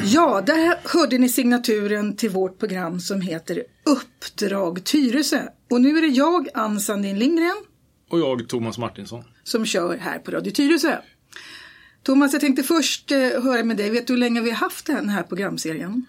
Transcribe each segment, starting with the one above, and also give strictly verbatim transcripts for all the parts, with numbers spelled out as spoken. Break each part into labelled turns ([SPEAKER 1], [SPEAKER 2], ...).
[SPEAKER 1] Ja, där hörde ni signaturen till vårt program som heter Uppdrag Tyresö. Och nu är det jag, Ann Sandin Lindgren.
[SPEAKER 2] Och jag, Thomas Martinsson.
[SPEAKER 1] Som kör här på Radio Tyresö. Thomas, jag tänkte först eh, höra med dig. Vet du hur länge vi har haft den här programserien?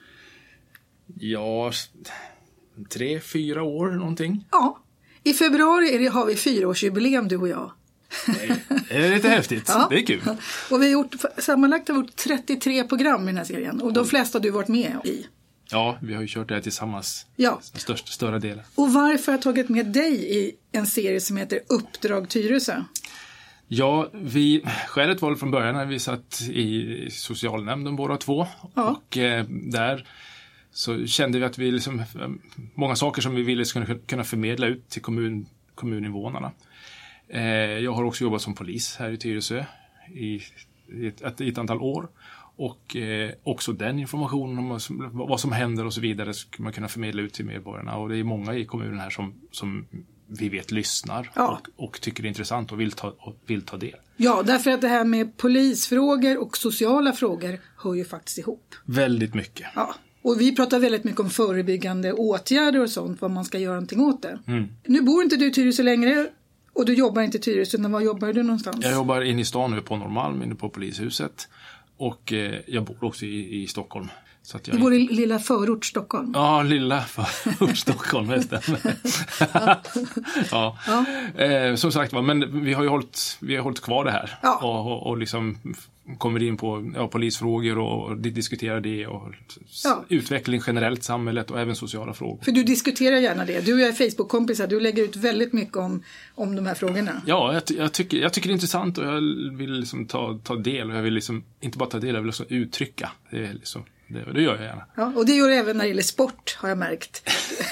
[SPEAKER 2] Ja, tre, fyra år någonting.
[SPEAKER 1] Ja, i februari är det, har vi fyraårsjubileum, du och jag.
[SPEAKER 2] Det är lite häftigt, ja. Det är kul.
[SPEAKER 1] Och vi har gjort, sammanlagt har vi gjort trettiotre program i den här serien. Och de flesta har du varit med i.
[SPEAKER 2] Ja, vi har ju kört det här tillsammans.
[SPEAKER 1] Ja.
[SPEAKER 2] Största, större delen. Och
[SPEAKER 1] varför har jag tagit med dig i en serie som heter Uppdrag Tyresö?
[SPEAKER 2] Ja, vi, skälet var från början när vi satt i socialnämnden båda två. Ja. Och eh, där så kände vi att vi liksom, många saker som vi ville skulle kunna förmedla ut till kommun, kommuninvånarna. Eh, jag har också jobbat som polis här i Tyresö i, i, ett, i ett antal år. Och eh, också den informationen om vad som, vad som händer och så vidare skulle man kunna förmedla ut till medborgarna. Och det är många i kommunen här som, som vi vet lyssnar ja. och, och tycker det är intressant och vill, ta, och vill ta del.
[SPEAKER 1] Ja, därför att det här med polisfrågor och sociala frågor hör ju faktiskt ihop.
[SPEAKER 2] Väldigt mycket.
[SPEAKER 1] Ja, och vi pratar väldigt mycket om förebyggande åtgärder och sånt, vad man ska göra någonting åt det. Mm. Nu bor inte du i Tyresö längre och du jobbar inte i Tyresö, utan var jobbar du någonstans?
[SPEAKER 2] Jag jobbar inne i stan nu på Norrmalm, inne på polishuset. Och eh, jag bor också i, i Stockholm. Så att jag
[SPEAKER 1] du bor i lilla förort Stockholm?
[SPEAKER 2] Ja, lilla förort Stockholm, det stämmer. ja. ja. ja. Eh, som sagt var, men vi har ju hållit, vi har hållit kvar det här. Ja. Och, och, och liksom kommer in på ja, polisfrågor och, och diskuterar det. Och ja. utveckling generellt samhället och även sociala frågor. För
[SPEAKER 1] du diskuterar gärna det. Du är Facebook-kompisar, du lägger ut väldigt mycket om, om de här frågorna.
[SPEAKER 2] Ja, jag, jag, tycker, jag tycker det är intressant och jag vill liksom ta, ta del. Och jag vill liksom, inte bara ta del, jag vill också uttrycka. Det är liksom... Det, det gör jag gärna.
[SPEAKER 1] Ja, och det gör det även när det gäller sport, har jag märkt.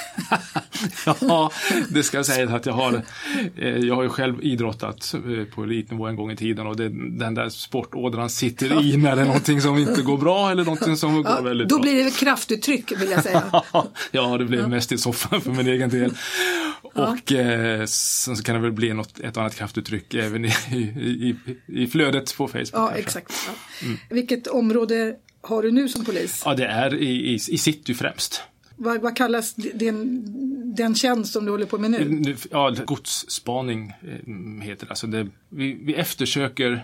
[SPEAKER 2] ja, det ska jag säga att jag har jag har ju själv idrottat på elitnivå en gång i tiden och det, den där sportådran sitter ja. i när det är någonting som inte går bra eller någonting som ja, går väldigt
[SPEAKER 1] då
[SPEAKER 2] bra.
[SPEAKER 1] Då blir det kraftuttryck, vill jag säga.
[SPEAKER 2] ja, det blir ja. mest i soffan för min egen del. Ja. Och eh, sen så kan det väl bli något, ett annat kraftuttryck även i, i, i, i flödet på Facebook.
[SPEAKER 1] Ja, kanske. Exakt. Ja. Mm. Vilket område har du nu som polis?
[SPEAKER 2] Ja, det är i, i, i city främst.
[SPEAKER 1] Vad, vad kallas den, den tjänst som du håller på med nu?
[SPEAKER 2] Ja, godsspaning heter det. Alltså det vi, vi eftersöker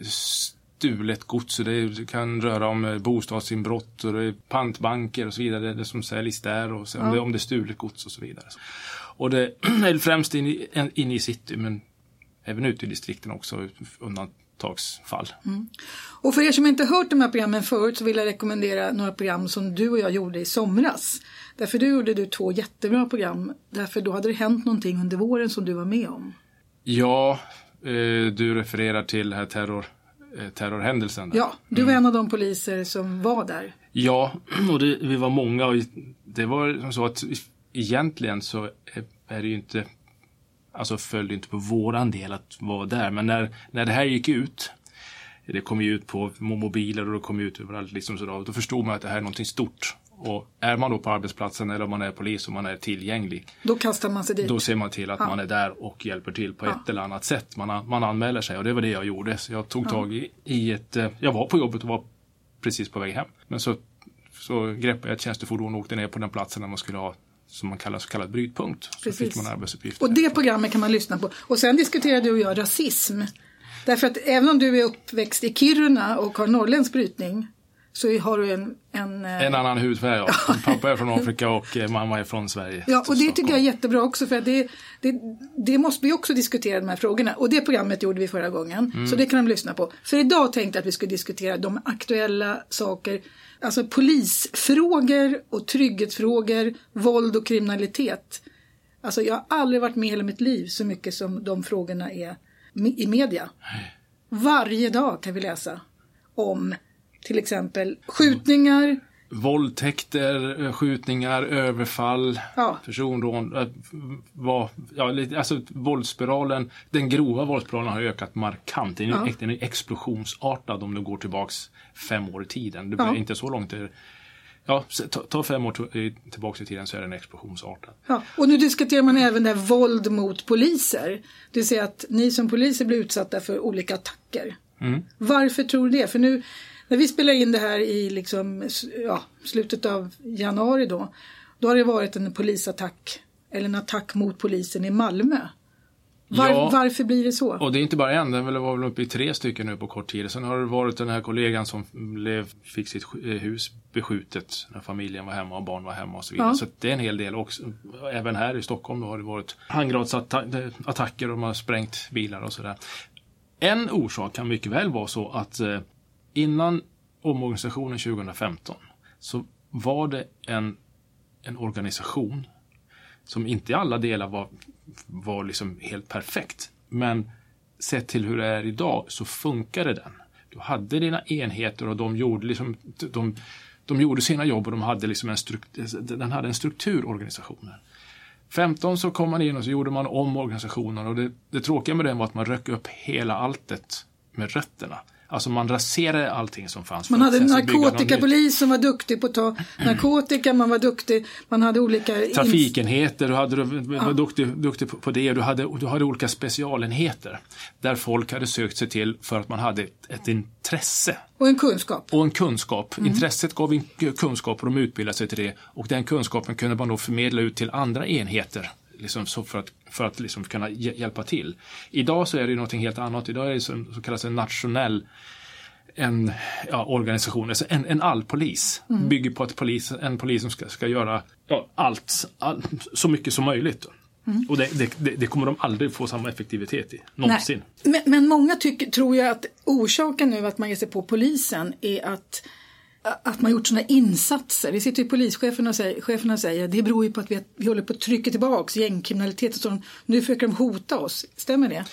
[SPEAKER 2] stulet gods. Det kan röra om bostadsinbrott och det är pantbanker och så vidare. Det som säljs där och så, ja. om, det, om det är stulet gods och så vidare. Och det är främst in i, in i city men även ute i distrikten också undan tagsfall. Mm.
[SPEAKER 1] Och för er som inte hört de här programmen förut så vill jag rekommendera några program som du och jag gjorde i somras. Därför du gjorde du två jättebra program. Därför då hade det hänt någonting under våren som du var med om.
[SPEAKER 2] Ja, eh, du refererar till här terror, eh, terrorhändelsen. Där.
[SPEAKER 1] Ja, du var mm. en av de poliser som var där.
[SPEAKER 2] Ja, och det, vi var många och det var så att egentligen så är, är det ju inte alltså följde inte på våran del att vara där. Men när, när det här gick ut, det kom ju ut på mobiler och det kom ut överallt liksom sådär, då förstod man att det här är någonting stort. Och är man då på arbetsplatsen eller om man är polis och man är tillgänglig.
[SPEAKER 1] Då kastar man sig dit.
[SPEAKER 2] Då ser man till att
[SPEAKER 1] ja.
[SPEAKER 2] man är där och hjälper till på
[SPEAKER 1] ja.
[SPEAKER 2] ett eller annat sätt. Man, man anmäler sig och det var det jag gjorde. Så jag tog ja. tag i, i ett, jag var på jobbet och var precis på väg hem. Men så, så greppade jag ett tjänstefordon och åkte ner på den platsen där man skulle ha som man kallar så kallad brytpunkt. Så
[SPEAKER 1] Precis.
[SPEAKER 2] fick man arbetsuppgifter.
[SPEAKER 1] Och det programmet kan man lyssna på. Och sen diskuterar du och jag rasism. Därför att även om du är uppväxt i Kiruna och har norrländsk brytning så har du en... En,
[SPEAKER 2] en annan hudfärg, ja. Pappa är från Afrika och mamma är från Sverige.
[SPEAKER 1] Ja, och det tycker jag är jättebra också för att det, det, det måste vi också diskutera de här frågorna. Och det programmet gjorde vi förra gången. Mm. Så det kan de lyssna på. För idag tänkte jag att vi skulle diskutera de aktuella saker. Alltså polisfrågor och trygghetsfrågor, våld och kriminalitet. Alltså jag har aldrig varit med i hela mitt liv så mycket som de frågorna är i media. Varje dag kan vi läsa om till exempel skjutningar.
[SPEAKER 2] Våldtäkter, skjutningar, överfall, ja. personrån. Var, ja, alltså våldsspiralen, den grova våldsspiralen har ökat markant. Den är, ja. den är explosionsartad om du går tillbaks fem år i tiden. Det blir ja. inte så långt. Ja, ta, ta fem år tillbaka i tiden så är den explosionsartad.
[SPEAKER 1] Ja, och nu diskuterar man även det här våld mot poliser. Det vill säga att ni som poliser blir utsatta för olika attacker. Mm. Varför tror du det? För nu När vi spelar in det här i liksom, ja, slutet av januari då, då har det varit en polisattack eller en attack mot polisen i Malmö. Var, ja, varför blir det så?
[SPEAKER 2] Och det är inte bara en, det var väl uppe i tre stycken nu på kort tid. Sen har det varit den här kollegan som blev, fick sitt hus beskjutet när familjen var hemma och barn var hemma och så vidare. Ja. Så det är en hel del också. Även här i Stockholm har det varit handgradsattacker och man har sprängt bilar och sådär. En orsak kan mycket väl vara så att eh, innan omorganisationen tjugohundrafemton så var det en, en organisation som inte i alla delar var, var liksom helt perfekt. Men sett till hur det är idag så funkade den. Du hade dina enheter och de gjorde, liksom, de, de gjorde sina jobb och de hade liksom en, struktur, den hade en strukturorganisation. femton så kom man in och så gjorde man om organisationen och det, det tråkiga med den var att man rök upp hela alltet med rötterna. Alltså man raserade allting som fanns.
[SPEAKER 1] Man hade en narkotikapolis som var duktig på att ta narkotika, man var duktig, man hade olika...
[SPEAKER 2] Trafikenheter, du hade, du var ja. duktig, duktig på det, du hade, du hade olika specialenheter där folk hade sökt sig till för att man hade ett, ett intresse.
[SPEAKER 1] Och en kunskap.
[SPEAKER 2] Och en kunskap. Mm. Intresset gav en kunskap och de utbildade sig till det och den kunskapen kunde man då förmedla ut till andra enheter. Liksom så för att, för att liksom kunna hjälpa till. Idag så är det ju någonting helt annat. Idag är det så, så kallas en nationell en, ja, organisation, alltså en, en allpolis. Mm. Bygger på att polis, en polis som ska, ska göra ja, allt, all, så mycket som möjligt. Mm. Och det, det, det kommer de aldrig få samma effektivitet i, någonsin.
[SPEAKER 1] Men, men många tycker, tror jag att orsaken nu att man ger sig på polisen är att att man gjort sådana insatser. Vi sitter i polischeferna och säger, cheferna säger det beror ju på att vi, vi håller på att trycka tillbaka gängkriminalitet och sånt. Nu försöker de hota oss. Stämmer det?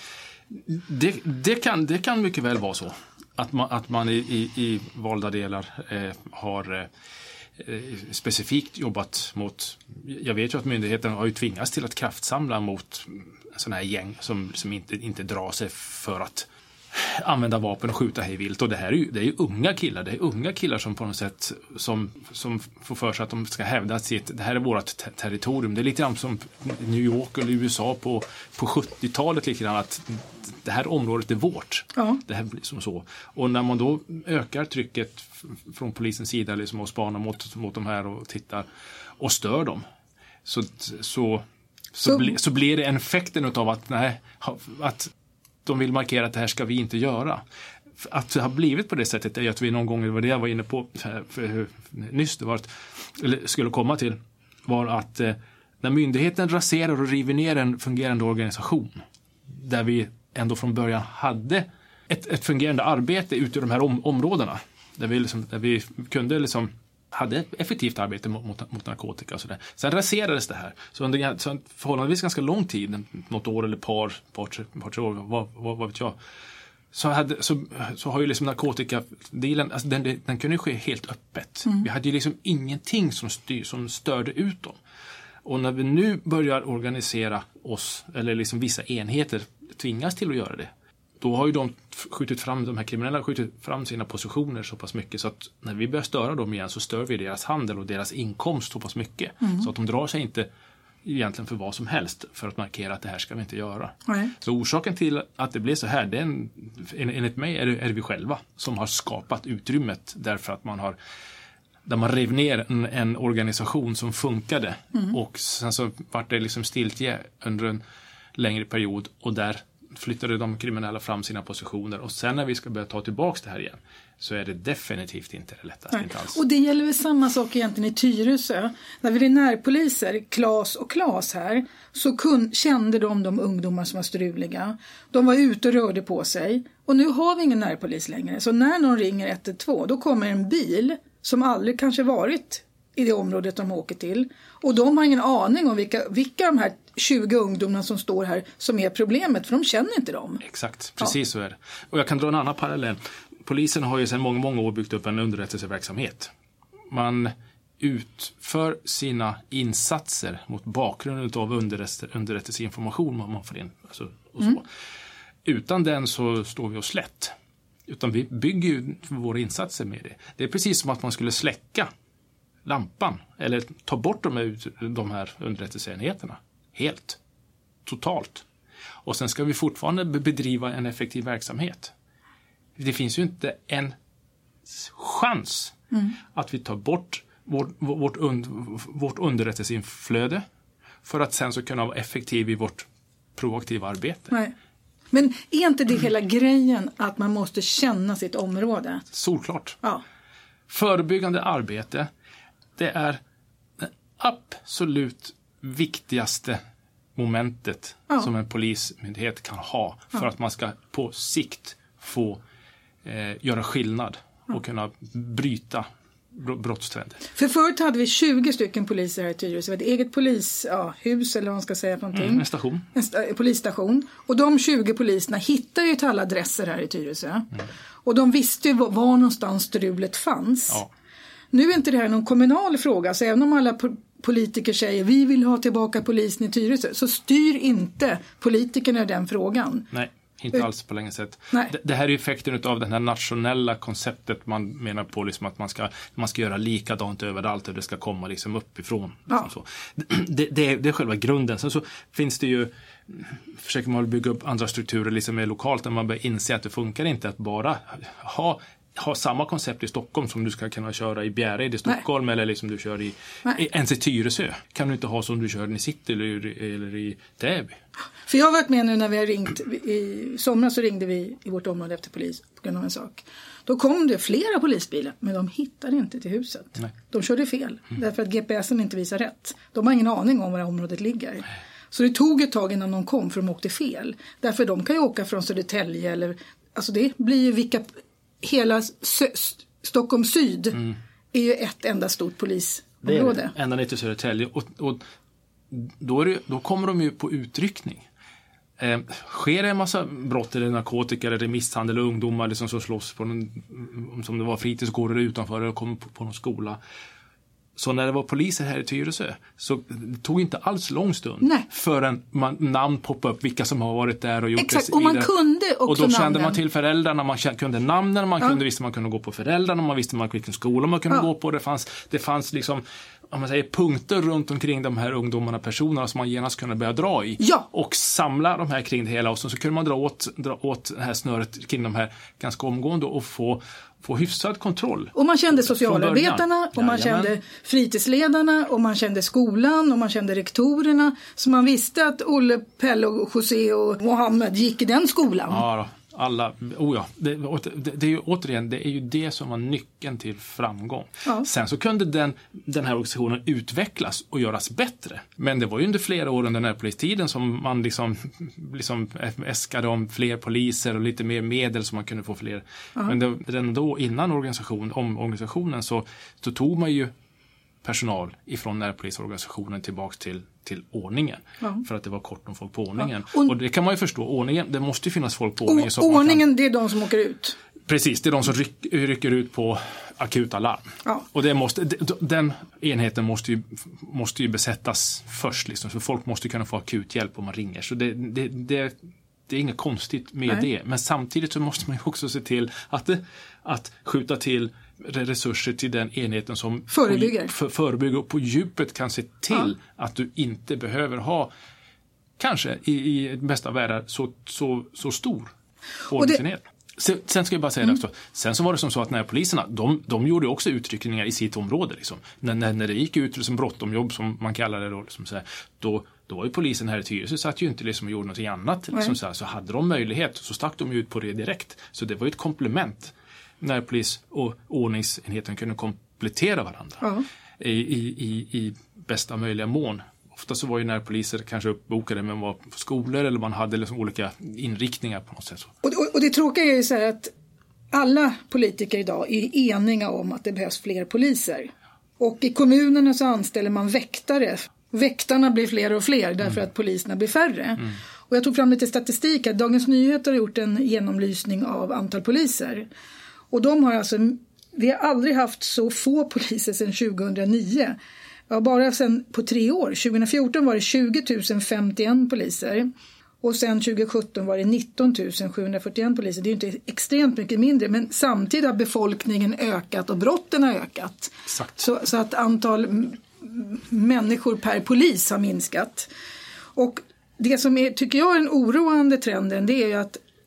[SPEAKER 2] Det, det, kan, det kan mycket väl vara så. Att man, att man i, i, i valda delar eh, har eh, specifikt jobbat mot... Jag vet ju att myndigheten har ju tvingats till att kraftsamla mot sådana här gäng som, som inte, inte drar sig för att använda vapen och skjuta hej vilt. Och det här är ju, det är ju unga killar. Det är unga killar som på något sätt som, som får för sig att de ska hävda att sitt, det här är vårt ter- territorium. Det är lite grann som New York eller U S A på, på sjuttiotalet lite grann att det här området är vårt. Ja. Det här blir som så. Och när man då ökar trycket f- från polisens sida liksom och spanar mot, mot de här och tittar och stör dem så, så, så, så, bli, så blir det en effekten av att nej, att de vill markera att det här ska vi inte göra. Att det har blivit på det sättet är att vi någon gång, det var det jag var inne på för, för, nyss, det var att, eller skulle komma till, var att eh, när myndigheten raserar och river ner en fungerande organisation där vi ändå från början hade ett, ett fungerande arbete ute i de här om, områdena där vi, liksom, där vi kunde liksom hade ett effektivt arbete mot, mot, mot narkotika och sådär. Sen raserades det här. Så under så förhållandevis ganska lång tid, något år eller par, par, tre, par tre år, vad, vad, vad vet jag, så, hade, så, så har ju liksom narkotikadelen, alltså den, den kunde ju ske helt öppet. Mm. Vi hade ju liksom ingenting som, styr, som störde ut dem. Och när vi nu börjar organisera oss, eller liksom vissa enheter tvingas till att göra det, då har ju de skjutit fram, de här kriminella skjutit fram sina positioner så pass mycket så att när vi börjar störa dem igen så stör vi deras handel och deras inkomst så pass mycket. Mm. Så att de drar sig inte egentligen för vad som helst för att markera att det här ska vi inte göra. Mm. Så orsaken till att det blir så här, det är en, enligt mig är det, är det vi själva som har skapat utrymmet därför att man har där man rev ner en, en organisation som funkade mm. och sen så var det liksom stiltje under en längre period och där flyttade de kriminella fram sina positioner och sen när vi ska börja ta tillbaka det här igen så är det definitivt inte det lättaste. Inte alls.
[SPEAKER 1] Och det gäller väl samma sak egentligen i Tyresö. När vi är närpoliser, Klas och Klas här, så kun, kände de de ungdomar som var struliga. De var ute och rörde på sig och nu har vi ingen närpolis längre. Så när någon ringer ett ett två då kommer en bil som aldrig kanske varit i det området de åker till. Och de har ingen aning om vilka, vilka de här tjugo ungdomarna som står här som är problemet, för de känner inte dem.
[SPEAKER 2] Exakt, precis ja. Så är det. Och jag kan dra en annan parallell. Polisen har ju sedan många, många år byggt upp en underrättelseverksamhet. Man utför sina insatser mot bakgrund av underrättelse, underrättelseinformation man får in. Alltså, och så. Mm. Utan den så står vi oss slätt. Utan vi bygger ju våra insatser med det. Det är precis som att man skulle släcka lampan eller ta bort de här, de här underrättelseenheterna helt, totalt. Och sen ska vi fortfarande bedriva en effektiv verksamhet. Det finns ju inte en chans mm. att vi tar bort vårt, vårt, und, vårt underrättelseinflöde för att sen så kunna vara effektiv i vårt proaktiva arbete.
[SPEAKER 1] Nej. Men är inte det hela grejen att man måste känna sitt område?
[SPEAKER 2] Solklart.
[SPEAKER 1] Ja.
[SPEAKER 2] Förebyggande arbete, det är det absolut viktigaste momentet ja. som en polismyndighet kan ha för ja. att man ska på sikt få eh, göra skillnad och ja. kunna bryta brottstrender.
[SPEAKER 1] För förut hade vi tjugo stycken poliser här i Tyresö. Det var ett eget polishus ja, eller vad man ska säga för någonting.
[SPEAKER 2] Mm, en station.
[SPEAKER 1] En st- polisstation. Och de tjugo poliserna hittade ju till alla adresser här i Tyresö. Mm. Och de visste ju var, var någonstans strulet fanns. Ja. Nu är inte det här någon kommunal fråga. Så även om alla po- politiker säger vi vill ha tillbaka polisen i Tyresö så styr inte politikerna den frågan.
[SPEAKER 2] Nej. Inte alls på länge sätt.
[SPEAKER 1] Det,
[SPEAKER 2] det här är effekten av det här nationella konceptet man menar på liksom att man ska, man ska göra likadant överallt och det ska komma liksom uppifrån. Liksom ja. så. Det, det, är, det är själva grunden. Sen så finns det ju, försöker man bygga upp andra strukturer liksom mer lokalt där man börjar inse att det funkar inte att bara ha ha samma koncept i Stockholm som du ska kunna köra i Bjärred i Stockholm Nej. eller liksom du kör i, i ens i Tyresö. Kan du inte ha som du kör i City eller, eller i Täby.
[SPEAKER 1] För jag har varit med nu när vi har ringt, i somras så ringde vi i vårt område efter polis på grund av en sak. Då kom det flera polisbilar men de hittade inte till huset. Nej. De körde fel mm. därför att G P S'en inte visar rätt. De har ingen aning om var det området ligger. Så det tog ett tag innan de kom för de åkte fel. Därför de kan ju åka från Södertälje eller, alltså det blir ju vilka hela Sö- Stockholm syd mm. är ju ett enda stort polisområde.
[SPEAKER 2] Det är ända ner till Södertälje. Och, och då, är det, då kommer de ju på utryckning. Eh, sker det en massa brott eller narkotika eller misshandel eller ungdomar liksom som slåss på någon, som det var fritidsgårdar utanför eller kommer på, på någon skola. Så när det var poliser här i Tyresö så det tog inte alls lång stund
[SPEAKER 1] Nej.
[SPEAKER 2] förrän man, namn poppade upp vilka som har varit där och gjort
[SPEAKER 1] Exakt,
[SPEAKER 2] det
[SPEAKER 1] och man kunde också
[SPEAKER 2] och då kände
[SPEAKER 1] namnen.
[SPEAKER 2] man till föräldrarna, man kunde namnen, man
[SPEAKER 1] ja.
[SPEAKER 2] kunde visste man kunde gå på föräldrarna, man visste man vilken skola man kunde ja. gå på. Det fanns, det fanns liksom om man säger, punkter runt omkring de här ungdomarna, personerna som man genast kunde börja dra i
[SPEAKER 1] ja.
[SPEAKER 2] och samla de här kring det hela och så, så kunde man dra åt, dra åt det här snöret kring de här ganska omgående och få få hyfsad kontroll.
[SPEAKER 1] Och man kände socialarbetarna och man
[SPEAKER 2] Jajamän.
[SPEAKER 1] kände fritidsledarna och man kände skolan och man kände rektorerna. Så man visste att Olle, Pelle och José och Mohammed gick i den skolan.
[SPEAKER 2] Ja då. Alla, oh ja, det, det, det är ju återigen, det är ju det som var nyckeln till framgång. Ja. Sen så kunde den, den här organisationen utvecklas och göras bättre. Men det var ju under flera år under närpolistiden som man liksom, liksom äskade om fler poliser och lite mer medel så man kunde få fler. Ja. Men det, redan då innan organisation, om organisationen så, så tog man ju personal ifrån närpolisorganisationen tillbaks till till ordningen. Ja. För att det var kort om folk på ordningen. Ja. Och, och det kan man ju förstå. Ordningen, det måste ju finnas folk på ordningen.
[SPEAKER 1] Och, så ordningen, kan... det är de som åker ut.
[SPEAKER 2] Precis, det är de som ryck, rycker ut på akuta larm. Ja. Och det måste, den enheten måste ju, måste ju besättas först. Liksom, för folk måste kunna få akut hjälp om man ringer. Så det, det, det, det är inget konstigt med Nej. det. Men samtidigt så måste man ju också se till att, det, att skjuta till resurser till den enheten som
[SPEAKER 1] förebygger.
[SPEAKER 2] För, förebygger och på djupet kan se till ja. att du inte behöver ha kanske i, i bästa världar så, så, så stor ordningsenhet. Sen, sen ska jag bara säga mm. det också. Sen så var det som så att närpoliserna, de, de gjorde också utryckningar i sitt område. Liksom. När, när, när det gick ut liksom brottomjobb som man kallar det då, liksom så här, då, då var ju polisen här i Tyresö satt ju inte liksom och gjorde något annat. Liksom så, här, så hade de möjlighet så stack de ut på det direkt. Så det var ju ett komplement. Närpolis och ordningsenheten kunde komplettera varandra uh-huh. i, i, i bästa möjliga mån. Ofta så var ju närpoliser kanske uppbokade men var på skolor eller man hade liksom olika inriktningar på något sätt.
[SPEAKER 1] Och, och, och det tråkiga är ju så här att alla politiker idag är eniga om att det behövs fler poliser. Och i kommunerna så anställer man väktare. Väktarna blir fler och fler därför mm. att poliserna blir färre. Mm. Och jag tog fram lite statistik här. Dagens Nyheter har gjort en genomlysning av antal poliser. Och de har alltså, vi har aldrig haft så få poliser sedan tjugohundranio. Ja, bara sedan på tre år. tjugohundrafjorton var det tjugo tusen femtioen poliser. Och sen tjugosjutton var det nitton tusen sjuhundrafyrtioen poliser. Det är ju inte extremt mycket mindre. Men samtidigt har befolkningen ökat och brotten har ökat.
[SPEAKER 2] Exakt.
[SPEAKER 1] Så, så att antal m- människor per polis har minskat. Och det som är, tycker jag är en oroande trenden, det är ju att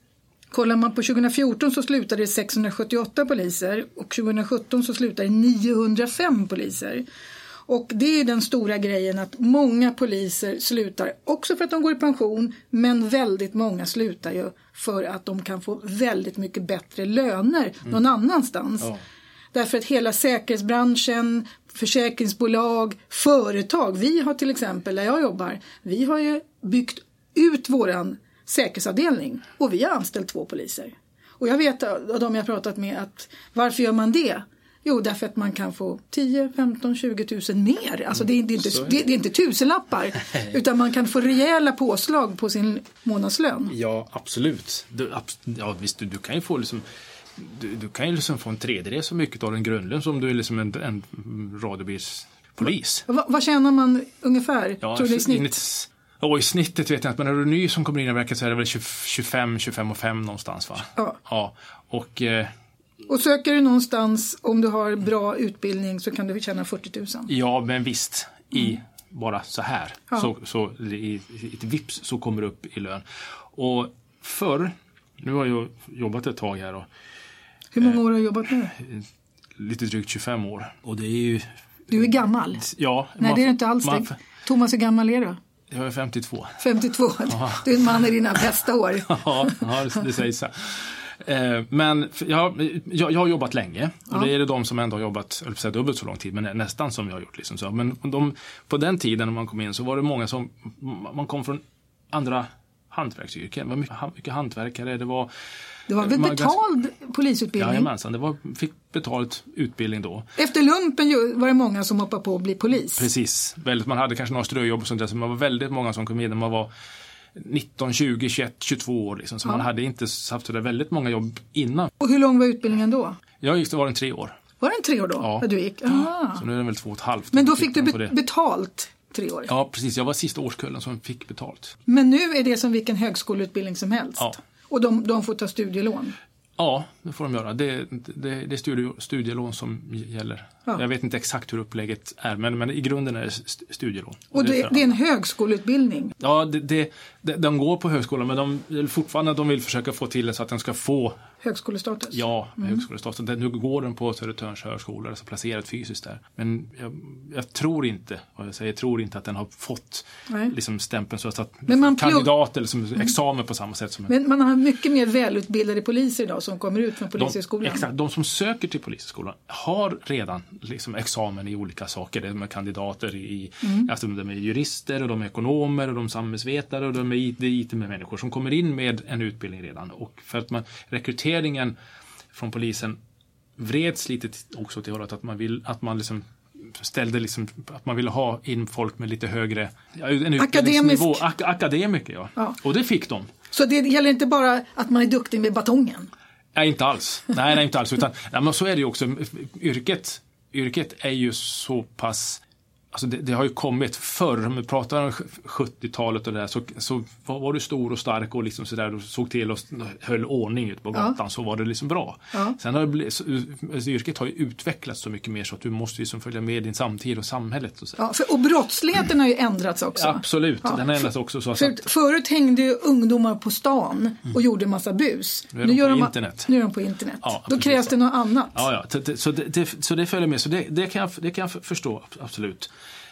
[SPEAKER 1] Kollar man på tjugohundrafjorton så slutade det sexhundrasjuttioåtta poliser och tjugohundrasjutton så slutade niohundrafem poliser. Och det är den stora grejen att många poliser slutar också för att de går i pension, men väldigt många slutar ju för att de kan få väldigt mycket bättre löner mm. någon annanstans. Ja. Därför att hela säkerhetsbranschen, försäkringsbolag, företag, vi har till exempel där jag jobbar, vi har ju byggt ut våran säkerhetsavdelning och vi har anställt två poliser. Och jag vet av de jag pratat med att varför gör man det? Jo, därför att man kan få tio, femton, tjugo tusen mer. Alltså det är, det är, inte, det, det är inte tusenlappar utan man kan få rejäla påslag på sin månadslön.
[SPEAKER 2] Ja, absolut. Du, ja, visst, du, du kan ju få liksom Du, du kan ju liksom få en tredjedel så mycket av en grundlön som du är liksom en, en radiobilspolis.
[SPEAKER 1] Va, vad tjänar man ungefär?
[SPEAKER 2] Ja,
[SPEAKER 1] tror du i snitt?
[SPEAKER 2] Och i snittet vet jag inte, men när du är ny som kommer in i verket så är det väl tjugofem, tjugofem och fem någonstans, va? Ja. Ja. Och, eh,
[SPEAKER 1] och söker du någonstans, om du har bra utbildning så kan du tjäna fyrtio tusen.
[SPEAKER 2] Ja, men visst. I mm. bara så här. Ja. Så, så i, i ett vips så kommer du upp i lön. Och förr, nu har jag jobbat ett tag här och
[SPEAKER 1] hur många år har du jobbat nu?
[SPEAKER 2] Lite drygt tjugofem år. Och det är ju...
[SPEAKER 1] Du är gammal?
[SPEAKER 2] Ja.
[SPEAKER 1] Nej, man, det är inte alls man, det. Thomas, hur gammal är du?
[SPEAKER 2] Jag är femtiotvå.
[SPEAKER 1] femtiotvå? Aha. Du är en man i dina bästa år.
[SPEAKER 2] ja, det, det sägs så. Men jag, jag, jag har jobbat länge. Och ja. Det är det de som ändå har jobbat eller säga, dubbelt så lång tid. Men nästan som jag har gjort. Liksom så. Men de, på den tiden när man kom in så var det många som... Man kom från andra hantverksyrken. Det var mycket, mycket hantverkare. Det var...
[SPEAKER 1] Det var väl betald polisutbildning?
[SPEAKER 2] Jajamensan, det var, fick betalt utbildning då.
[SPEAKER 1] Efter lumpen var det många som hoppade på att bli polis?
[SPEAKER 2] Precis, väldigt, man hade kanske några ströjobb och sånt där, så man var väldigt många som kom in när man var nitton, tjugo, tjugoett, tjugotvå år liksom, så ja. Man hade inte haft så där väldigt många jobb innan. Och
[SPEAKER 1] hur lång var utbildningen då?
[SPEAKER 2] Jag gick, det var den tre år.
[SPEAKER 1] Var den tre år då?
[SPEAKER 2] Ja.
[SPEAKER 1] När du gick? Ah.
[SPEAKER 2] Så nu är den väl två och ett halvt.
[SPEAKER 1] Men då fick du be- betalt tre år?
[SPEAKER 2] Ja, precis, jag var sista årskullen som fick betalt.
[SPEAKER 1] Men nu är det som vilken högskoleutbildning som helst?
[SPEAKER 2] Ja.
[SPEAKER 1] Och de, de får ta studielån?
[SPEAKER 2] Ja, det får de göra. Det, det, det är studie, studielån som gäller. Ja. Jag vet inte exakt hur upplägget är, men, men i grunden är det studielån.
[SPEAKER 1] Och det, det, det är en högskoleutbildning?
[SPEAKER 2] Ja, det, det, det, de går på högskolan, men de fortfarande de vill försöka få till det så att den ska få...
[SPEAKER 1] Högskolestatus?
[SPEAKER 2] Ja, mm. högskolestatus. Nu går den på Södertörns högskola, alltså placerat fysiskt där. Men jag, jag tror inte, och jag säger tror inte att den har fått liksom stämpeln så att men man kandidat plugg... eller som mm. examen på samma sätt som...
[SPEAKER 1] Men man har mycket mer välutbildade poliser idag som kommer ut från polishögskolan.
[SPEAKER 2] De, exakt, de som söker till polishögskolan har redan liksom examen i olika saker. De är kandidater i, mm. alltså de är jurister och de är ekonomer och de är samhällsvetare och de är I T med människor som kommer in med en utbildning redan. Och för att man rekryteringen från polisen vreds lite också till hållet att man vill att man liksom ställde liksom att man ville ha in folk med lite högre ja, en utbildningsnivå, Ak- akademiker ja. ja. Och det fick de.
[SPEAKER 1] Så det gäller inte bara att man är duktig med batongen?
[SPEAKER 2] Nej, inte alls. Nej, nej inte alls utan ja, men så är det ju också yrket yrket är ju så pass alltså det, det har ju kommit förr, om vi pratar om sjuttiotalet och det där, så, så var du stor och stark och liksom sådär och såg till och höll ordning ut på gatan, ja. Så var det liksom bra. Ja. Sen har det blivit, så, alltså, yrket har ju utvecklats så mycket mer så att du måste liksom följa med din samtid och samhället. Och, så.
[SPEAKER 1] Ja, för, och brottsligheten har ju ändrats också.
[SPEAKER 2] Absolut, ja. Den har ändrats också. Så
[SPEAKER 1] för, att, förut hängde ju ungdomar på stan och mm. gjorde massa bus.
[SPEAKER 2] Nu är de nu på de, internet.
[SPEAKER 1] Nu är de på internet. Ja,
[SPEAKER 2] då
[SPEAKER 1] krävs
[SPEAKER 2] så.
[SPEAKER 1] det något annat.
[SPEAKER 2] Ja, ja. Så, så, det, det, så det följer med. Så det, det, kan jag, det kan jag förstå, absolut.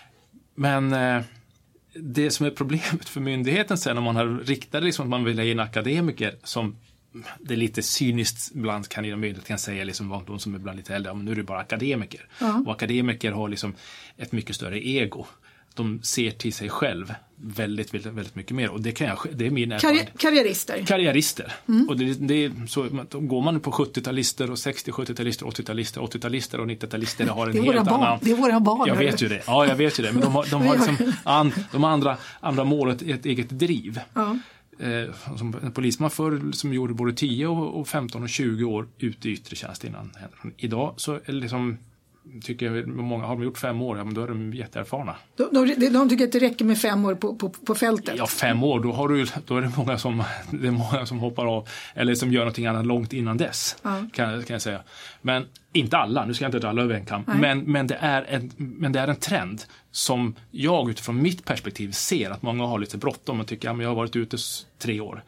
[SPEAKER 2] Men eh, det som är problemet för myndigheten sen om man har riktat liksom att man vill ha in akademiker som det är lite cyniskt ibland kan en myndighet kan säga liksom de som är ibland lite äldre, men nu är det bara akademiker. Ja. Och akademiker har liksom ett mycket större ego. De ser till sig själv väldigt, väldigt, väldigt mycket mer. Och det, kan jag, det är min erfarenhet.
[SPEAKER 1] Karri- karriärister.
[SPEAKER 2] Karriärister. Mm. Och det, det är så, går man på sjuttio-talister och sextio-sjuttio-talister, åttio-talister, åttio-talister och nittio-talister har en
[SPEAKER 1] det är
[SPEAKER 2] helt
[SPEAKER 1] barn.
[SPEAKER 2] annan...
[SPEAKER 1] Det är våra barn.
[SPEAKER 2] Jag vet ju det. Ja, jag vet ju det. Men de har, de har liksom an, de andra, andra målet ett eget driv. Ja. Eh, som en polisman förr som gjorde både tio och femton och tjugo år ute i yttre tjänst innan. Idag så är det liksom... tycker jag, många har de gjort fem år, ja, men då är de jätteerfarna.
[SPEAKER 1] De, de, de tycker att det räcker med fem år på, på, på fältet?
[SPEAKER 2] Ja, fem år, då, har du, då är det många, som, det är många som hoppar av eller som gör någonting annat långt innan dess, ja. kan, kan jag säga. Men inte alla, nu ska jag inte dra alla över en kam, men, men, det är en, men det är en trend som jag utifrån mitt perspektiv ser att många har lite bråttom och tycker att ja, jag har varit ute tre år.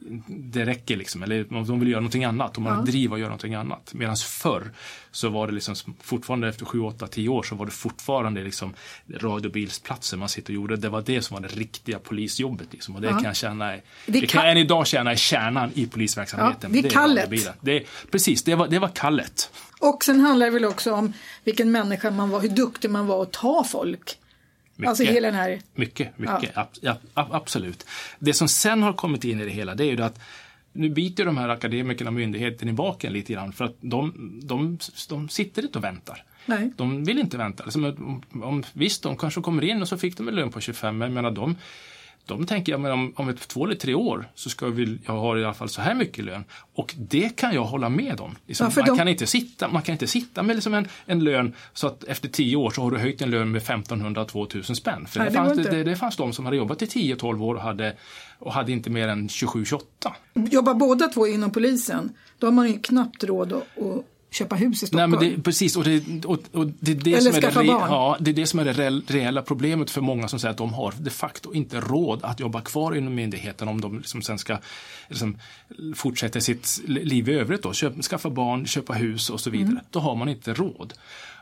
[SPEAKER 2] det räcker liksom, eller de vill göra någonting annat, de har ja. driv att göra någonting annat. Medan förr så var det liksom fortfarande efter sju, åtta, tio år så var det fortfarande liksom radiobilsplatser man sitter och gjorde. Det var det som var det riktiga polisjobbet liksom, och det ja. kan jag känna är, det, det kan jag än idag känna är kärnan i polisverksamheten.
[SPEAKER 1] Ja, det är kallet.
[SPEAKER 2] Det är, precis, det var, det var kallet.
[SPEAKER 1] Och sen handlar det väl också om vilken människa man var, hur duktig man var att ta folk.
[SPEAKER 2] Mycket,
[SPEAKER 1] alltså hela den här...
[SPEAKER 2] mycket, mycket ja. Ja, absolut. Det som sen har kommit in i det hela, det är ju att nu biter de här akademikerna och myndigheten i baken lite grann, för att de, de, de sitter inte och väntar. Nej. De vill inte vänta. Alltså, om, om, visst, de kanske kommer in och så fick de en lön på tjugofem, men jag menar, de, de tänker jag, men om, om ett två eller tre år så ska vi, jag ha i alla fall så här mycket lön. Och det kan jag hålla med om. Liksom, ja, man, de... kan inte sitta, man kan inte sitta med liksom en, en lön så att efter tio år så har du höjt en lön med femtonhundra till tvåtusen spänn. För Nej, det, fanns, det, det, det fanns de som hade jobbat i tio tolv år och hade, och hade inte mer än tjugosju tjugoåtta.
[SPEAKER 1] Jobbar båda två inom polisen, då har man ju knappt råd att... att köpa hus i Stockholm.
[SPEAKER 2] Nej, men det, precis, och det, och, och det, det,
[SPEAKER 1] Eller
[SPEAKER 2] som är det,
[SPEAKER 1] skaffa barn.
[SPEAKER 2] Ja, det är det som är det re, reella problemet för många som säger att de har de facto inte råd att jobba kvar inom myndigheten om de liksom sen ska liksom fortsätta sitt liv i övrigt då, köpa, skaffa barn, köpa hus och så vidare. Mm. Då har man inte råd.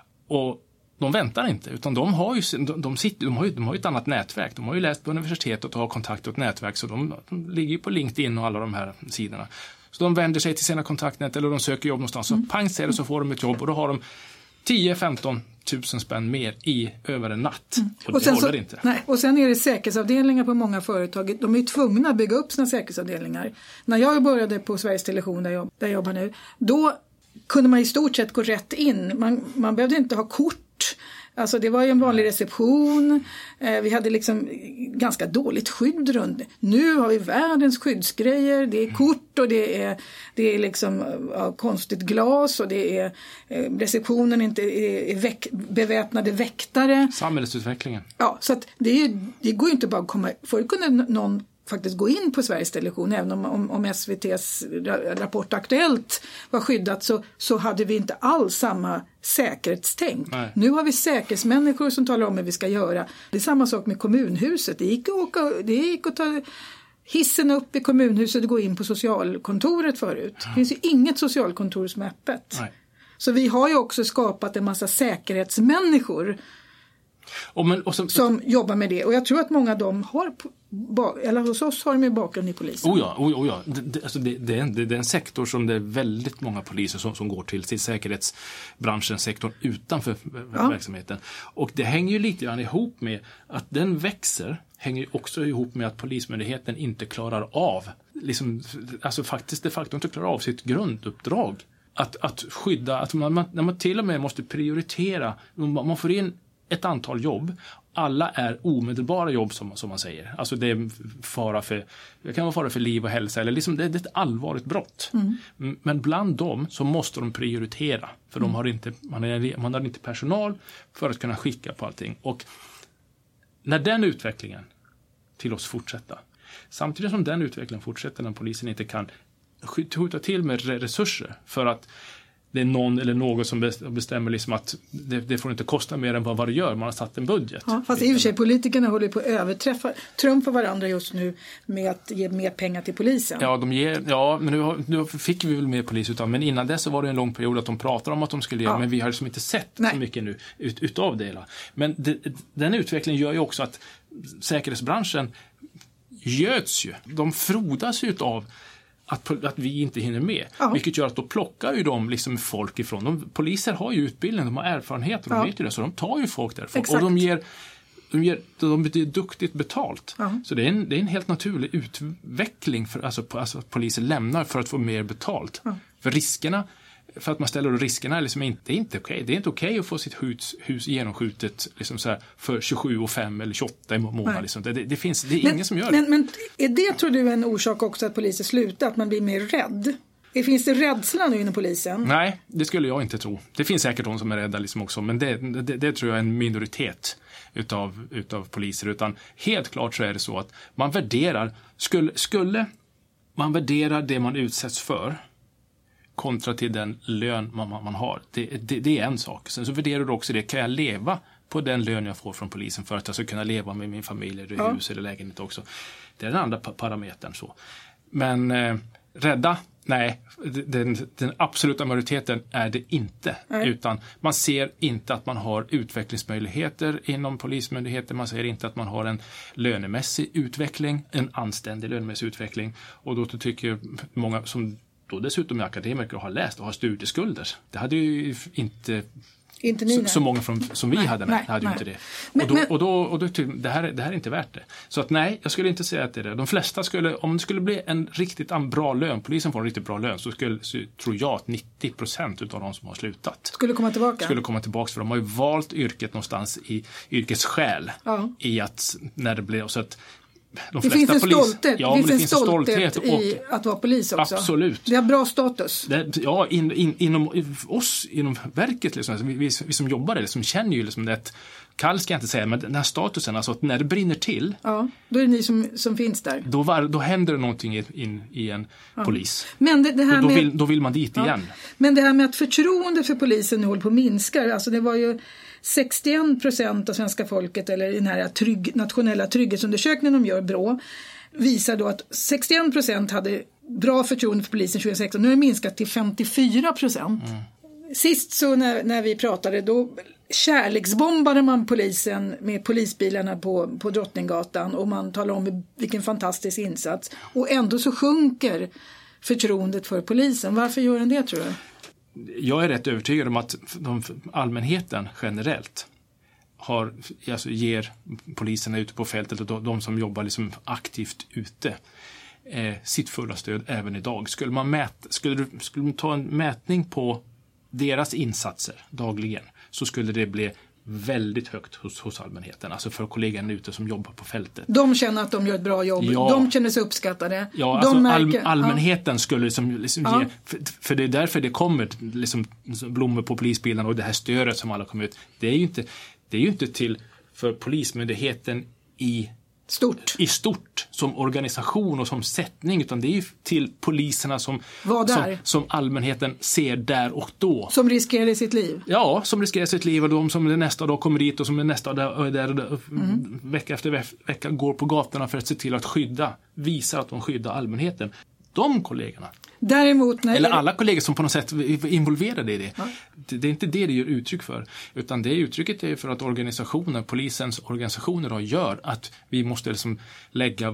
[SPEAKER 2] Och de väntar inte, utan de har ju, de, de sitter, de har ju, de har ju ett annat nätverk. De har ju läst på universitetet och har kontakt och ett nätverk, så de, de ligger ju på LinkedIn och alla de här sidorna. Så de vänder sig till sina kontaktnät eller de söker jobb någonstans. Mm. Så pang ser det, så får de ett jobb och då har de tio femton tusen spänn mer i över en natt. Mm. Och, och, det håller
[SPEAKER 1] så,
[SPEAKER 2] inte.
[SPEAKER 1] Nej, och sen är det säkerhetsavdelningar på många företag. De är ju tvungna att bygga upp sina säkerhetsavdelningar. När jag började på Sveriges Television där jag, där jag jobbar nu, då kunde man i stort sett gå rätt in. Man, man behövde inte ha kort. Alltså det var ju en vanlig reception. Eh, vi hade liksom ganska dåligt skydd runt. Nu har vi världens skyddsgrejer. Det är kort och det är, det är liksom ja, konstigt glas och det är eh, receptionen inte är, är väck, beväpnade väktare.
[SPEAKER 2] Samhällsutvecklingen.
[SPEAKER 1] Ja, så att det, är, det går ju inte bara att komma... Förr kunde någon faktiskt gå in på Sveriges Television, även om, om, om S V T:s rapport Aktuellt var skyddat, så, så hade vi inte alls samma säkerhetstänk. Nej. Nu har vi säkerhetsmänniskor som talar om hur vi ska göra. Det är samma sak med kommunhuset. Det gick att, åka, det gick att ta hissen upp i kommunhuset och gå in på socialkontoret förut. Ja. Det finns ju inget socialkontor som är öppet. Nej. Så vi har ju också skapat en massa säkerhetsmänniskor
[SPEAKER 2] och men, och så,
[SPEAKER 1] som jobbar med det. Och jag tror att många av dem har, eller hos oss har de ju bakgrund i polisen.
[SPEAKER 2] Oh ja, oh ja. Det, det, alltså det, det, är en, det är en sektor som det är väldigt många poliser som, som går till, till säkerhetsbranschen, sektorn utanför ja. verksamheten. Och det hänger ju lite grann ihop med att den växer, hänger ju också ihop med att polismyndigheten inte klarar av, liksom, alltså faktiskt de facto inte klarar av sitt grunduppdrag. Att, att skydda, att man, man, när man till och med måste prioritera, man, man får in ett antal jobb. Alla är omedelbara jobb som, som man säger. Alltså det är fara för, det kan vara fara för liv och hälsa. Eller liksom det, det är ett allvarligt brott. Mm. Men bland dem så måste de prioritera. För mm. de har inte, man, är, man har inte personal för att kunna skicka på allting. Och när den utvecklingen till oss fortsätter. Samtidigt som den utvecklingen fortsätter när polisen inte kan skjuta till med resurser för att det är någon eller någon som bestämmer liksom att det, det får inte kosta mer än vad, vad det gör. Man har satt en budget.
[SPEAKER 1] Ja, fast i och för sig, politikerna håller på att överträffa, trumfa varandra just nu med att ge mer pengar till polisen.
[SPEAKER 2] Ja, de ger, ja men nu, har, nu fick vi väl mer polis utav, men innan dess så var det en lång period att de pratade om att de skulle ge, ja. men vi har liksom inte sett Nej. så mycket nu ut, utav det hela. Men det, den utvecklingen gör ju också att säkerhetsbranschen göds ju. De frodas ju utav Att, att vi inte hinner med. Ja. Vilket gör att då plockar ju de liksom folk ifrån. De, poliser har ju utbildning, de har erfarenhet och de ja. vet ju det, så de tar ju folk därifrån. Exakt. Och de ger, de ger de ger duktigt betalt. Ja. Så det är, en, det är en helt naturlig utveckling för alltså, alltså att poliser lämnar för att få mer betalt. Ja. För riskerna, för att man ställer riskerna är liksom inte, det är inte okej. Okay. Det är inte okej okay att få sitt hus, hus genomskjutet liksom så här, för tjugosju och fem eller tjugoåtta i månaden. Liksom. Det, det, finns, det är men, ingen som gör det.
[SPEAKER 1] Men, men är det, tror du, en orsak också att poliser slutar? Att man blir mer rädd? Finns det rädsla nu inom polisen?
[SPEAKER 2] Nej, det skulle jag inte tro. Det finns säkert de som är rädda liksom också, men det, det, det tror jag är en minoritet utav, utav poliser. Utan helt klart så är det så att man värderar, skulle, skulle man värderar det man utsätts för kontra till den lön man, man har. Det, det, det är en sak. Sen så värderar du också det. Kan jag leva på den lön jag får från polisen för att jag ska kunna leva med min familj eller ja. hus eller lägenhet också. Det är den andra parametern så. Men eh, rädda? Nej, den, den absoluta majoriteten är det inte. Nej. Utan man ser inte att man har utvecklingsmöjligheter inom polismyndigheten. Man ser inte att man har en lönemässig utveckling, en anständig lönemässig utveckling. Och då tycker många som då dessutom är akademiker och har läst och har studieskulder. Det hade ju inte...
[SPEAKER 1] Inte ni,
[SPEAKER 2] så, så många från, som vi
[SPEAKER 1] nej,
[SPEAKER 2] hade,
[SPEAKER 1] nej,
[SPEAKER 2] hade ju
[SPEAKER 1] nej.
[SPEAKER 2] inte det.
[SPEAKER 1] Men,
[SPEAKER 2] och då,
[SPEAKER 1] men,
[SPEAKER 2] och då, och då det, här, det här är inte värt det. Så att nej, jag skulle inte säga att det är det. De flesta skulle, om det skulle bli en riktigt bra lön, polisen får en riktigt bra lön, så skulle, så tror jag att nittio procent av de som har slutat
[SPEAKER 1] skulle komma tillbaka.
[SPEAKER 2] Skulle komma tillbaka, för de har ju valt yrket någonstans i yrkets själ. Ja. I att, när det blir, så att De
[SPEAKER 1] det finns en
[SPEAKER 2] polis...
[SPEAKER 1] stolthet,
[SPEAKER 2] ja,
[SPEAKER 1] det finns
[SPEAKER 2] det
[SPEAKER 1] en
[SPEAKER 2] finns
[SPEAKER 1] stolthet,
[SPEAKER 2] stolthet
[SPEAKER 1] i
[SPEAKER 2] och...
[SPEAKER 1] att vara polis också.
[SPEAKER 2] Absolut.
[SPEAKER 1] Det har bra status.
[SPEAKER 2] Det, ja, in, in, inom oss, inom verket, liksom, vi, vi, vi som jobbar där, liksom, känner ju liksom det, kall ska jag inte säga, men den här statusen, alltså att när det brinner till,
[SPEAKER 1] ja, då är det ni som, som finns där.
[SPEAKER 2] Då, var, då händer det någonting i, in, i en ja. polis.
[SPEAKER 1] Men det, det här
[SPEAKER 2] då, då,
[SPEAKER 1] med,
[SPEAKER 2] vill, då vill man dit ja. igen.
[SPEAKER 1] Men det här med att förtroende för polisen nu håller på att minska, alltså det var ju sextioen procent av svenska folket, eller den här trygg, nationella trygghetsundersökningen de gör, Brå, visar då att sextioen procent hade bra förtroende för polisen tjugohundrasexton. Nu har det minskat till femtiofyra procent. Mm. Sist så när, när vi pratade, då kärleksbombade man polisen med polisbilarna på, på Drottninggatan, och man talar om vilken fantastisk insats. Och ändå så sjunker förtroendet för polisen. Varför gör den det, tror du?
[SPEAKER 2] Jag är rätt övertygad om att de, allmänheten generellt har, alltså ger poliserna ute på fältet och de, de som jobbar liksom aktivt ute eh, sitt fulla stöd även idag. Skulle man, mät, skulle, du, skulle man ta en mätning på deras insatser dagligen, så skulle det bli väldigt högt hos, hos allmänheten. Alltså för kollegorna ute som jobbar på fältet.
[SPEAKER 1] De känner att de gör ett bra jobb. Ja. De känner sig uppskattade.
[SPEAKER 2] Ja, alltså
[SPEAKER 1] de märker,
[SPEAKER 2] all, allmänheten ja. skulle liksom, liksom ja. ge... För, för det är därför det kommer liksom blommor på polisbilarna och det här stödet som alla kommer ut. Det är ju inte, det är ju inte till för polismyndigheten i
[SPEAKER 1] stort.
[SPEAKER 2] i stort som organisation och som sättning, utan det är ju till poliserna som, som, som allmänheten ser där och då.
[SPEAKER 1] Som riskerar sitt liv?
[SPEAKER 2] Ja, som riskerar sitt liv, och de som nästa dag kommer dit och som nästa dag där, där, mm. vecka efter vecka går på gatorna för att se till att skydda, visa att de skyddar allmänheten. De kollegorna.
[SPEAKER 1] Däremot, när
[SPEAKER 2] eller alla kollegor som på något sätt är involverade i det. Ja. det. Det är inte det det gör uttryck för. Utan det uttrycket är för att organisationen, polisens organisationer då gör att vi måste liksom lägga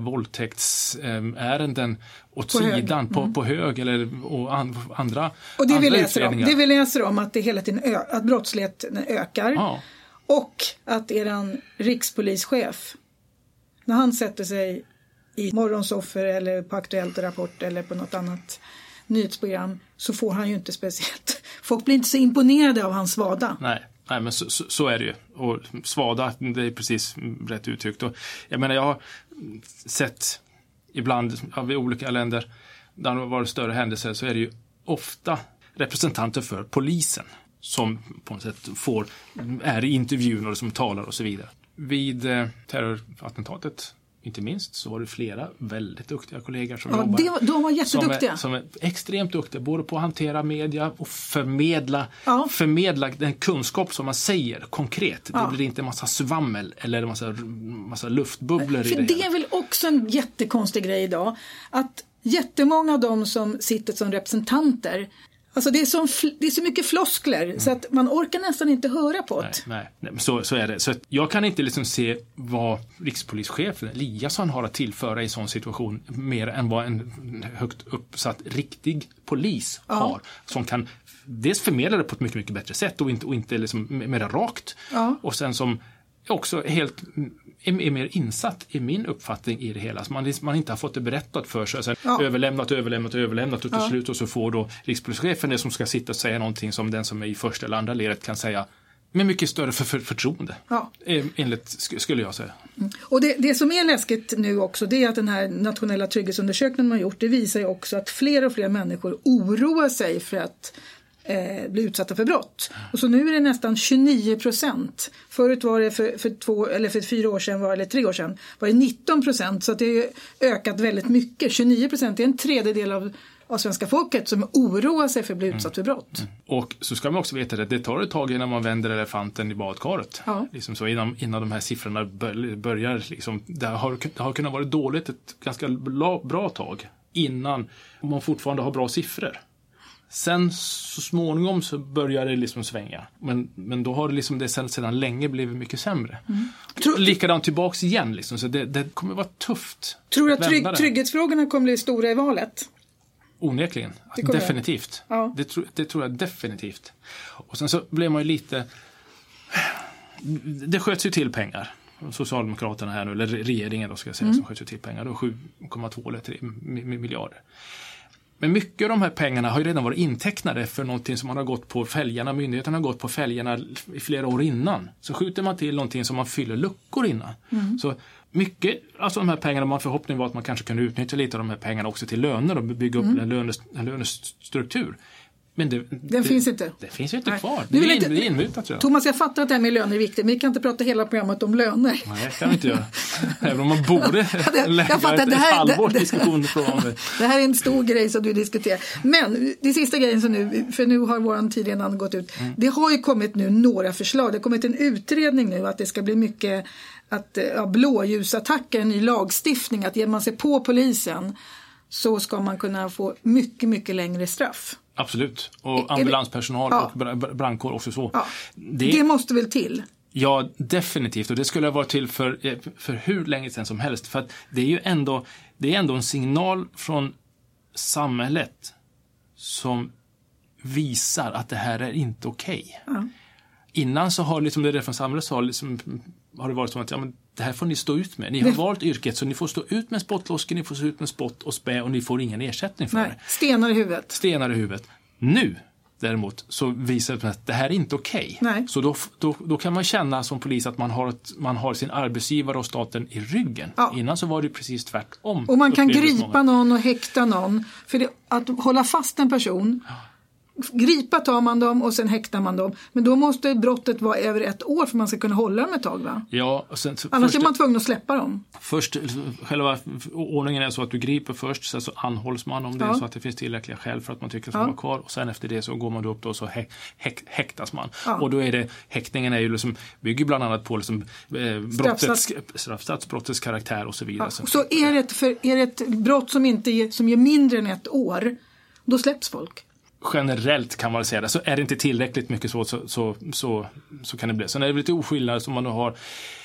[SPEAKER 2] våldtäktsärenden åt på sidan, hög. På, mm. på hög eller och an, andra
[SPEAKER 1] Och det
[SPEAKER 2] andra
[SPEAKER 1] vi läser om, det vi läser om att det hela tiden ö, att brottsligheten ökar. Ja. Och att eran rikspolischef, när han sätter sig i Morgonsoffer eller på Aktuellt Rapport eller på något annat nyhetsprogram, så får han ju inte speciellt. Folk blir inte så imponerade av hans svada.
[SPEAKER 2] Nej, nej men så, så, så är det ju. Och svada, det är precis rätt uttryckt. Och jag menar, jag har sett ibland av olika länder där det har varit större händelser, så är det ju ofta representanter för polisen som på något sätt får, är i intervjuer och som talar och så vidare. Vid eh, terrorattentatet inte minst, så var det flera väldigt duktiga kollegor som
[SPEAKER 1] ja,
[SPEAKER 2] jobbar.
[SPEAKER 1] Det, de var jätteduktiga.
[SPEAKER 2] Som är, som är extremt duktiga, både på att hantera media och förmedla,
[SPEAKER 1] ja.
[SPEAKER 2] förmedla den kunskap som man säger konkret.
[SPEAKER 1] Ja.
[SPEAKER 2] Det blir inte en massa svammel eller en massa, massa luftbubblor
[SPEAKER 1] För
[SPEAKER 2] i det.
[SPEAKER 1] Det hela. Är väl också en jättekonstig grej idag, att jättemånga av dem som sitter som representanter, alltså det är, som, det är så mycket floskler mm. så att man orkar nästan inte höra på det.
[SPEAKER 2] Nej, nej, nej så, så är det. Så jag kan inte liksom se vad rikspolischefen Eliasson har att tillföra i sån situation mer än vad en högt uppsatt riktig polis ja. har. Som kan dels förmedla det på ett mycket, mycket bättre sätt och inte, och inte liksom mer rakt. Ja. Och sen som också helt är, är mer insatt i min uppfattning i det hela. Så man, man inte har fått det berättat för sig. Sen ja. Överlämnat, överlämnat, överlämnat och till ja. slut och så får då rikspolischefen det som ska sitta och säga någonting som den som är i första eller andra ledet kan säga med mycket större för, för, förtroende. Ja. Enligt skulle jag säga.
[SPEAKER 1] Mm. Och det, det som är läskigt nu också, det är att den här nationella trygghetsundersökningen man har gjort, det visar ju också att fler och fler människor oroar sig för att Eh, bli utsatta för brott. Och så nu är det nästan tjugonio procent. Förut var det för, för, två, eller för fyra år sedan, var, eller tre år sedan, var det nitton procent. Så att det har ökat väldigt mycket. tjugonio procent är en tredjedel av, av svenska folket som oroar sig för att bli utsatt för brott.
[SPEAKER 2] Mm. Mm. Och så ska man också veta att det tar ett tag innan man vänder elefanten i badkaret. Ja. Liksom så innan, innan de här siffrorna börjar, liksom, det har, det har kunnat vara dåligt ett ganska bra, bra tag innan man fortfarande har bra siffror. Sen så småningom så börjar det liksom svänga. Men, men då har det liksom det sedan, sedan länge blivit mycket sämre. Mm. Tror, Likadant tillbaks igen liksom, så det, det kommer vara tufft.
[SPEAKER 1] Tror du att trygg, trygghetsfrågorna kommer bli stora i valet?
[SPEAKER 2] Onekligen, definitivt.
[SPEAKER 1] Det. Ja.
[SPEAKER 2] Det, tro, det tror jag definitivt. Och sen så blir man ju lite... Det sköts ju till pengar. Socialdemokraterna här nu, eller regeringen då ska jag säga, mm. som sköts ju till pengar. Då sju komma två eller tre miljarder. Men mycket av de här pengarna har ju redan varit intecknade för någonting som man har gått på fälgarna. Myndigheterna har gått på fälgarna i flera år innan. Så skjuter man till någonting som man fyller luckor innan. Mm. Så mycket, alltså de här pengarna, man förhoppning var att man kanske kunde utnyttja lite av de här pengarna också till löner och bygga upp mm. en, lönes, en lönestruktur. Men det,
[SPEAKER 1] den
[SPEAKER 2] det,
[SPEAKER 1] finns inte.
[SPEAKER 2] Det finns ju inte Nej. kvar. Det är, inte, det är inmutat. Jag.
[SPEAKER 1] Thomas, jag fattar att det här med löner är viktigt, men vi kan inte prata hela programmet om löner.
[SPEAKER 2] Nej, det kan vi inte göra. Även om man borde lägga jag fattar, ett, det här, ett halvårs det, diskussion från det.
[SPEAKER 1] Det här är en stor grej som du diskuterar. Men det sista grejen som nu, för nu har våran tid redan gått ut. Mm. Det har ju kommit nu några förslag. Det har kommit en utredning nu att det ska bli mycket att, ja, blåljusattacker, en ny lagstiftning. Att ger man sig på polisen så ska man kunna få mycket, mycket längre straff.
[SPEAKER 2] Absolut. Och ambulanspersonal ja. och brandkår också så.
[SPEAKER 1] Ja. Det, det måste väl till?
[SPEAKER 2] Ja, definitivt. Och det skulle ha varit till för, för hur länge sedan som helst. För att det är ju ändå, det är ändå en signal från samhället som visar att det här är inte okej. Okay. Ja. Innan så har liksom det från samhället så har, liksom, har det varit som att ja, men det här får ni stå ut med. Ni har det... valt yrket så ni får stå ut med spottlosker, ni får stå ut med spott och spä och ni får ingen ersättning för
[SPEAKER 1] Nej,
[SPEAKER 2] det.
[SPEAKER 1] Stenar i huvudet.
[SPEAKER 2] Stenar i huvudet. Nu däremot så visar det att det här är inte okej. Okay. Så då, då, då kan man känna som polis att man har, ett, man har sin arbetsgivare och staten i ryggen. Ja. Innan så var det precis tvärtom.
[SPEAKER 1] Och man kan gripa många. någon och häkta någon. För det, att hålla fast en person... Ja. Gripa tar man dem och sen häktar man dem. Men då måste brottet vara över ett år för man ska kunna hålla dem ett tag, va?
[SPEAKER 2] Ja. Och sen,
[SPEAKER 1] Annars
[SPEAKER 2] först,
[SPEAKER 1] är man tvungen att släppa dem.
[SPEAKER 2] Först, själva ordningen är så att du griper först, sen så anhålls man om det ja. så att det finns tillräckliga skäl för att man tycker att man ja. vara kvar. Och sen efter det så går man då upp då och så hä, häk, häktas man. Ja. Och då är det, häktningen är ju liksom, bygger bland annat på liksom, eh, brottets, straffsats, brottets karaktär och så vidare.
[SPEAKER 1] Ja. Så är det, ett, för, är det ett brott som, inte ger, som ger mindre än ett år, då släpps folk.
[SPEAKER 2] Generellt kan man säga det. Så är det inte tillräckligt mycket så, så, så, så, så kan det bli. Sen är det lite oskillnad som man då har.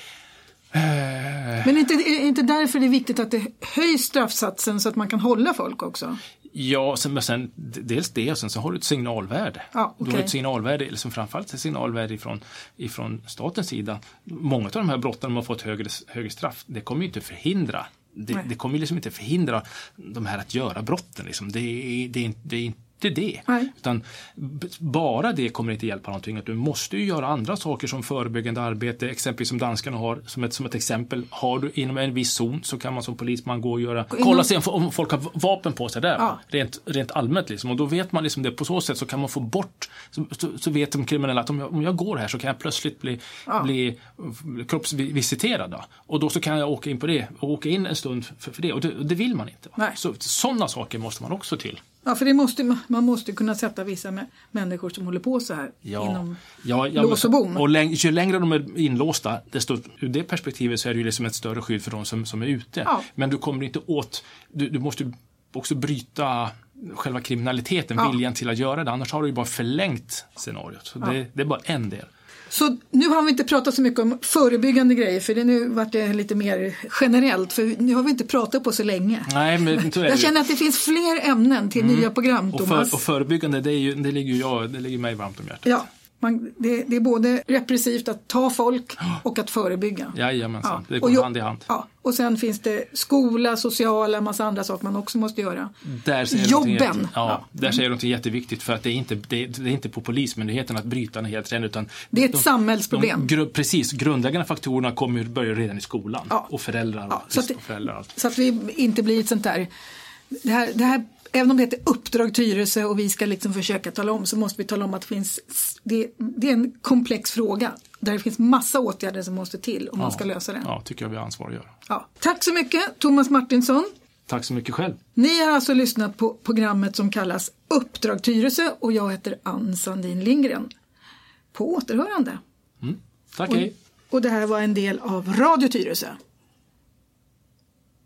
[SPEAKER 1] Men är inte, är inte därför det är viktigt att det höjs straffsatsen så att man kan hålla folk också?
[SPEAKER 2] Ja, sen, men sen dels det och sen så har du ett signalvärde.
[SPEAKER 1] Ja, okay.
[SPEAKER 2] Du har ett signalvärde, liksom framförallt ett signalvärde ifrån, ifrån statens sida. Många av de här brotten de har fått högre, högre straff, det kommer ju inte förhindra. Det, det kommer ju liksom inte förhindra de här att göra brotten. Liksom. Det, det, det, det är inte det. Nej. Utan b- bara det kommer inte hjälpa någonting. Att du måste ju göra andra saker som förebyggande arbete, exempelvis som danskarna har som ett, som ett exempel. Har du inom en viss zon så kan man som polisman gå och göra, kolla sig om folk har vapen på sig där. Ja. Rent, rent allmänt liksom. Och då vet man liksom det på så sätt så kan man få bort, så, så, så vet de kriminella att om jag, om jag går här så kan jag plötsligt bli, ja. bli kroppsvisiterad då. Och då så kan jag åka in på det och åka in en stund för, för det. Och det, och det vill man inte. Va? Så sådana saker måste man också till.
[SPEAKER 1] Ja, för det måste, man måste kunna sätta vissa mä- människor som håller på så här
[SPEAKER 2] ja.
[SPEAKER 1] inom
[SPEAKER 2] ja, ja,
[SPEAKER 1] lås och bom.
[SPEAKER 2] Och läng- ju längre de är inlåsta, desto ur det perspektivet så är det ju liksom ett större skydd för de som, som är ute. Ja. Men du kommer inte åt, du, du måste också bryta själva kriminaliteten, ja. viljan till att göra det. Annars har du ju bara förlängt scenariot. Så ja. det, det är bara en del.
[SPEAKER 1] Så nu har vi inte pratat så mycket om förebyggande grejer, för det nu vart det lite mer generellt, för nu har vi inte pratat på så länge.
[SPEAKER 2] Nej, men
[SPEAKER 1] jag känner att det finns fler ämnen till mm. nya program, Thomas.
[SPEAKER 2] Och, för, och förebyggande, det, är ju, det ligger ju jag, det ligger mig varmt om hjärtat.
[SPEAKER 1] Ja. Man, det, det är både repressivt att ta folk och att förebygga.
[SPEAKER 2] Jajamensan, ja. Det går och, hand i hand.
[SPEAKER 1] Ja. Och sen finns det skola, sociala, massa andra saker man också måste göra.
[SPEAKER 2] Där säger
[SPEAKER 1] Jobben!
[SPEAKER 2] Jätte, ja, ja, där säger de något jätteviktigt, för att det är inte, det är, det är inte på polismyndigheten att bryta den helt ren, utan
[SPEAKER 1] det är ett
[SPEAKER 2] de,
[SPEAKER 1] samhällsproblem.
[SPEAKER 2] De, precis, grundläggande faktorerna kommer ju börja redan i skolan. Ja. Och föräldrar.
[SPEAKER 1] Ja. Så, att,
[SPEAKER 2] och föräldrar allt.
[SPEAKER 1] så att vi inte blir ett sånt där... Det här... Det här Även om det heter Uppdrag Tyresö och vi ska liksom försöka tala om, så måste vi tala om att det finns, det, det är en komplex fråga där det finns massa åtgärder som måste till om ja, man ska lösa det.
[SPEAKER 2] Ja, tycker jag vi har ansvar att göra.
[SPEAKER 1] Ja. Tack så mycket, Thomas Martinsson.
[SPEAKER 2] Tack så mycket själv.
[SPEAKER 1] Ni har alltså lyssnat på programmet som kallas Uppdrag Tyresö och jag heter Ann Sandin Lindgren. På återhörande.
[SPEAKER 2] Mm. Tack,
[SPEAKER 1] och,
[SPEAKER 2] hej.
[SPEAKER 1] Och det här var en del av Radio Tyresö.